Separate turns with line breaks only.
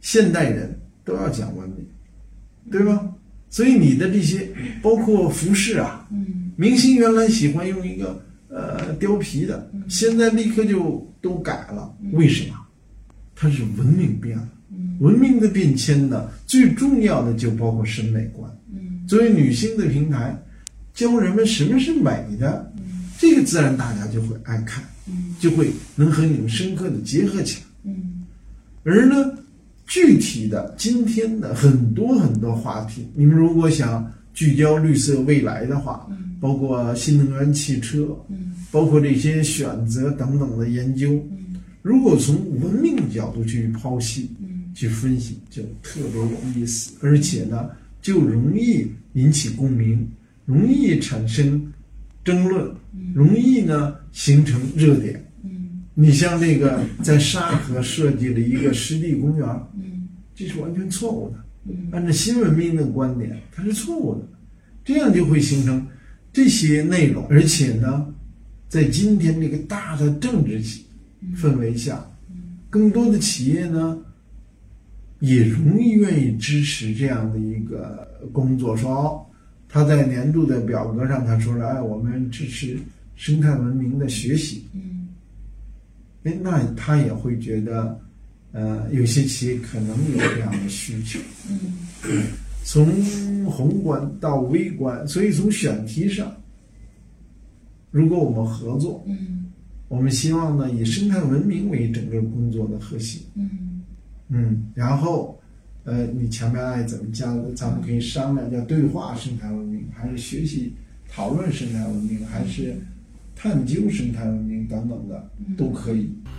现代人都要讲文明，对吧？所以你的这些包括服饰啊，明星原来喜欢用一个貂皮的，现在立刻就都改了，为什么？它是文明变了，文明的变迁呢，最重要的就包括审美观。作为女性的平台，教人们什么是美的，这个自然大家就会爱看，就会能和你们深刻的结合起来。而呢，具体的今天的很多很多话题，你们如果想聚焦绿色未来的话，包括新能源汽车，包括这些选择等等的研究，如果从文明的角度去剖析，去分析，就特别有意思，而且呢，就容易引起共鸣，容易产生争论，容易呢形成热点。你像这个在沙河设计了一个湿地公园，这是完全错误的。按照新文明的观点，它是错误的，这样就会形成这些内容，而且呢，在今天这个大的政治氛围下，更多的企业呢，也容易愿意支持这样的一个工作，说他在年度的表格上他说了，哎，我们支持生态文明的学习。那他也会觉得，有些企业可能有这样的需求。从宏观到微观，所以从选题上，如果我们合作，我们希望呢以生态文明为整个工作的核心。然后，你前面爱怎么加的，咱们可以商量，叫对话生态文明，还是学习讨论生态文明，还是探究生态文明等等的，都可以。